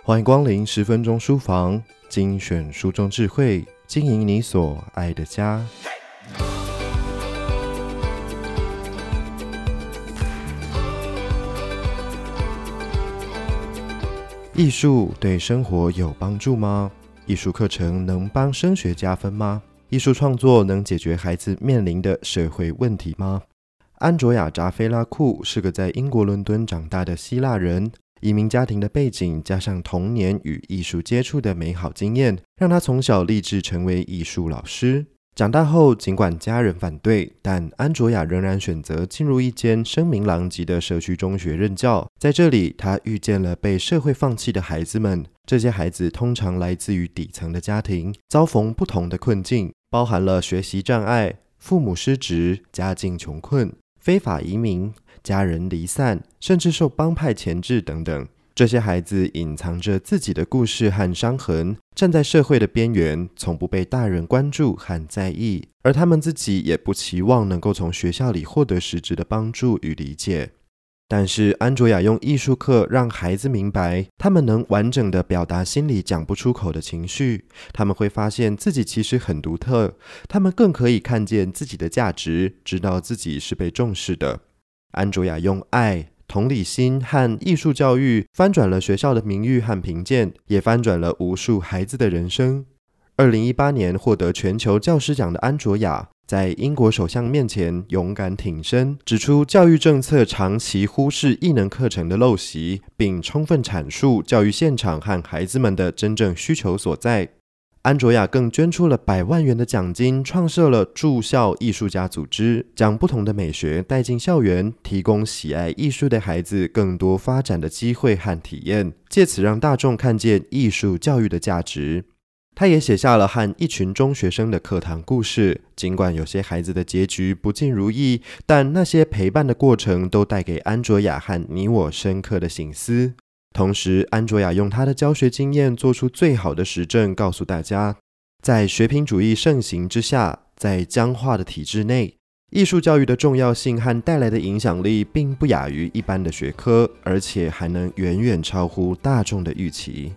欢迎光临10分钟书房，精选书中智慧，经营你所爱的家。艺术对生活有帮助吗？艺术课程能帮升学加分吗？艺术创作能解决孩子面临的社会问题吗？安卓雅·扎菲拉库是个在英国伦敦长大的希腊人，移民家庭的背景加上童年与艺术接触的美好经验，让他从小立志成为艺术老师。长大后，尽管家人反对，但安卓雅仍然选择进入一间声名狼藉的社区中学任教。在这里，他遇见了被社会放弃的孩子们。这些孩子通常来自于底层的家庭，遭逢不同的困境，包含了学习障碍、父母失职、家境穷困、非法移民、家人离散，甚至受帮派钳制等等。这些孩子隐藏着自己的故事和伤痕，站在社会的边缘，从不被大人关注和在意，而他们自己也不期望能够从学校里获得实质的帮助与理解。但是安卓雅用艺术课让孩子明白，他们能完整地表达心里讲不出口的情绪，他们会发现自己其实很独特，他们更可以看见自己的价值，知道自己是被重视的。安卓雅用爱、同理心和艺术教育翻转了学校的名誉和评鉴，也翻转了无数孩子的人生。2018年获得全球教师奖的安卓雅，在英国首相面前勇敢挺身，指出教育政策长期忽视艺能课程的陋习，并充分阐述教育现场和孩子们的真正需求所在。安卓雅更捐出了100万元的奖金，创设了驻校艺术家组织，将不同的美学带进校园，提供喜爱艺术的孩子更多发展的机会和体验，借此让大众看见艺术教育的价值。他也写下了和一群中学生的课堂故事，尽管有些孩子的结局不尽如意，但那些陪伴的过程都带给安卓雅和你我深刻的省思。同时，安卓雅用她的教学经验做出最好的实证，告诉大家，在学凭主义盛行之下，在僵化的体制内，艺术教育的重要性和带来的影响力并不亚于一般的学科，而且还能远远超乎大众的预期。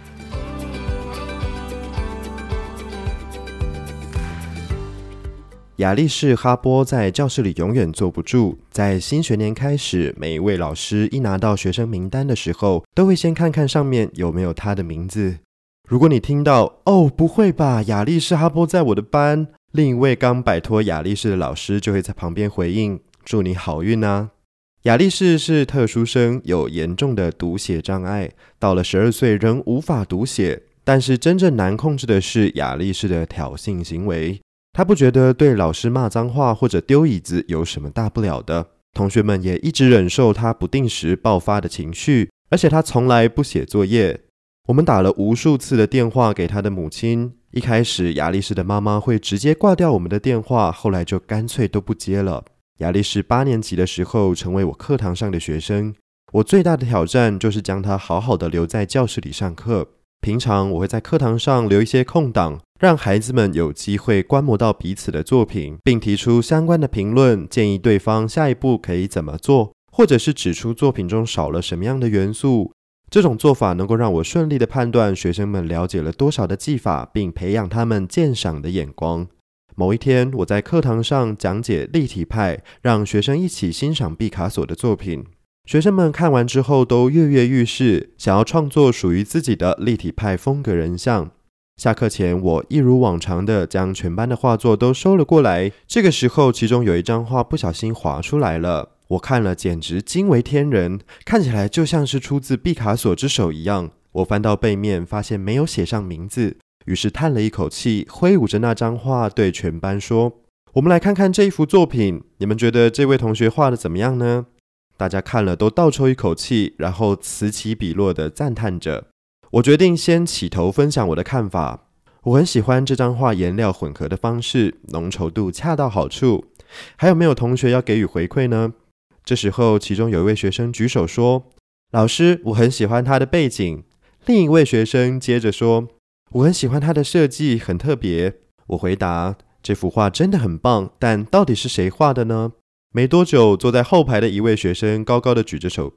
亚历士·哈波在教室里永远坐不住，在新学年开始，每一位老师一拿到学生名单的时候，都会先看看上面有没有他的名字。如果你听到“哦，不会吧，亚历士·哈波在我的班”，另一位刚摆脱亚历士的老师就会在旁边回应：“祝你好运啊！”亚历士是特殊生，有严重的读写障碍，到了12岁仍无法读写，但是真正难控制的是亚历士的挑衅行为。他不觉得对老师骂脏话或者丢椅子有什么大不了的，同学们也一直忍受他不定时爆发的情绪，而且他从来不写作业。我们打了无数次的电话给他的母亲，一开始亚历士的妈妈会直接挂掉我们的电话，后来就干脆都不接了。亚历士8年级的时候成为我课堂上的学生，我最大的挑战就是将他好好的留在教室里上课。平常我会在课堂上留一些空档，让孩子们有机会观摩到彼此的作品，并提出相关的评论，建议对方下一步可以怎么做，或者是指出作品中少了什么样的元素。这种做法能够让我顺利地判断学生们了解了多少的技法，并培养他们鉴赏的眼光。某一天，我在课堂上讲解立体派，让学生一起欣赏毕卡索的作品。学生们看完之后都跃跃欲试，想要创作属于自己的立体派风格人像。下课前，我一如往常的将全班的画作都收了过来。这个时候，其中有一张画不小心滑出来了，我看了简直惊为天人，看起来就像是出自毕卡索之手一样。我翻到背面，发现没有写上名字，于是叹了一口气，挥舞着那张画对全班说：“我们来看看这一幅作品，你们觉得这位同学画的怎么样呢？”大家看了都倒抽一口气，然后此起彼落地赞叹着。我决定先起头分享我的看法。我很喜欢这张画颜料混合的方式，浓稠度恰到好处。还有没有同学要给予回馈呢？这时候，其中有一位学生举手说：“老师，我很喜欢他的背景。”另一位学生接着说：“我很喜欢他的设计，很特别。”我回答：“这幅画真的很棒，但到底是谁画的呢？”没多久，坐在后排的一位学生高高的举着手臂，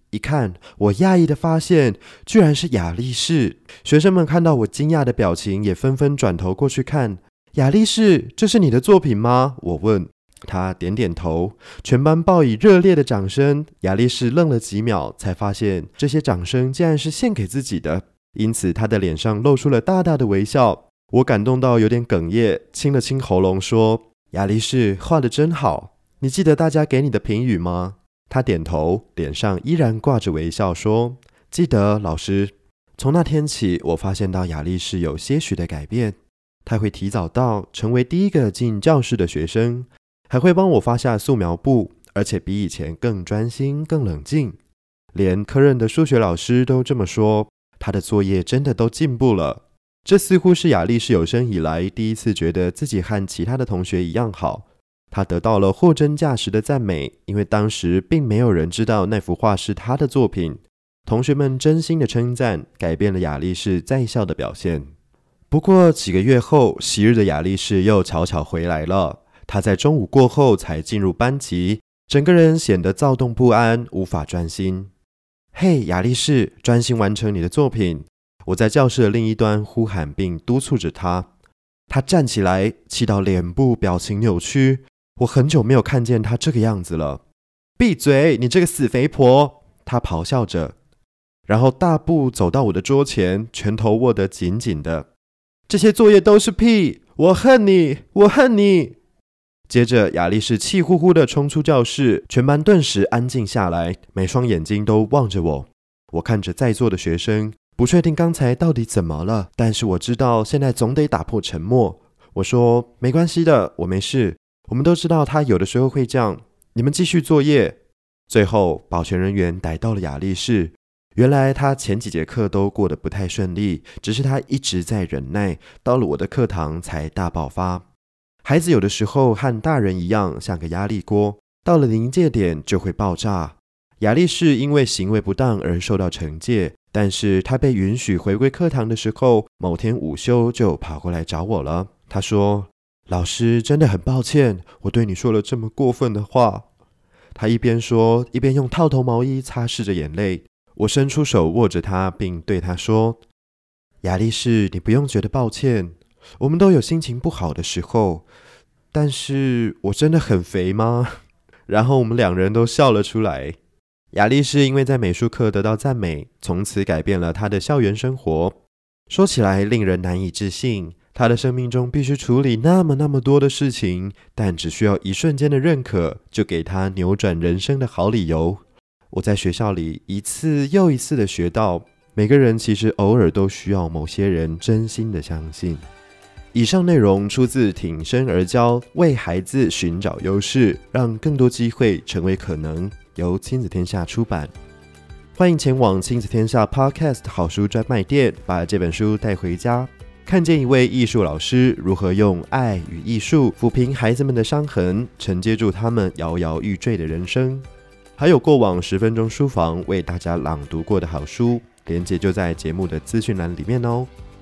一看，我讶异的发现，居然是亚力士。学生们看到我惊讶的表情，也纷纷转头过去看。亚力士，这是你的作品吗？我问。他点点头，全班报以热烈的掌声。亚力士愣了几秒，才发现这些掌声竟然是献给自己的，因此他的脸上露出了大大的微笑。我感动到有点哽咽，清了清喉咙说：亚力士画得真好，你记得大家给你的评语吗？他点头，脸上依然挂着微笑说：记得，老师。从那天起，我发现到亚力士有些许的改变，他会提早到，成为第一个进教室的学生，还会帮我发下素描簿，而且比以前更专心、更冷静。连科任的数学老师都这么说，他的作业真的都进步了。这似乎是亚力士有生以来第一次觉得自己和其他的同学一样好。他得到了货真价实的赞美，因为当时并没有人知道那幅画是他的作品。同学们真心的称赞，改变了亚力士在校的表现。不过几个月后，昔日的亚力士又悄悄回来了。他在中午过后才进入班级，整个人显得躁动不安，无法专心。嘿，亚力士，专心完成你的作品！我在教室的另一端呼喊并督促着他。他站起来，气到脸部表情扭曲。我很久没有看见他这个样子了。闭嘴，你这个死肥婆！他咆哮着，然后大步走到我的桌前，拳头握得紧紧的。这些作业都是屁！我恨你，我恨你！接着亚力士气呼呼地冲出教室，全班顿时安静下来，每双眼睛都望着我。我看着在座的学生，不确定刚才到底怎么了，但是我知道现在总得打破沉默。我说：没关系的，我没事。我们都知道他有的时候会这样，你们继续作业。最后保全人员逮到了亚力士，原来他前几节课都过得不太顺利，只是他一直在忍耐，到了我的课堂才大爆发。孩子有的时候和大人一样，像个压力锅，到了临界点就会爆炸。亚力士因为行为不当而受到惩戒，但是他被允许回归课堂的时候，某天午休就跑过来找我了。他说：老师，真的很抱歉，我对你说了这么过分的话。他一边说，一边用套头毛衣擦拭着眼泪。我伸出手握着他，并对他说：亚力士，你不用觉得抱歉，我们都有心情不好的时候，但是我真的很肥吗？然后我们两人都笑了出来。亚力士因为在美术课得到赞美，从此改变了他的校园生活。说起来令人难以置信，他的生命中必须处理那么多的事情，但只需要一瞬间的认可，就给他扭转人生的好理由。我在学校里一次又一次的学到，每个人其实偶尔都需要某些人真心的相信。以上内容出自挺身而教，为孩子寻找优势，让更多机会成为可能，由亲子天下出版。欢迎前往亲子天下 Podcast 好书专卖店，把这本书带回家，看见一位艺术老师如何用爱与艺术抚平孩子们的伤痕，承接住他们摇摇欲坠的人生。还有过往10分钟书房为大家朗读过的好书，连结就在节目的资讯栏里面哦。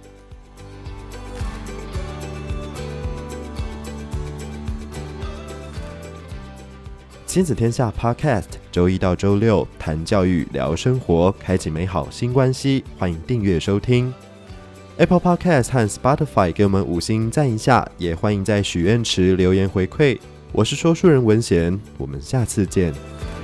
亲子天下 Podcast 周一到周六谈教育聊生活，开启美好新关系，欢迎订阅收听。Apple Podcast 和 Spotify 给我们5星赞一下，也欢迎在许愿池留言回馈。我是说书人文贤，我们下次见。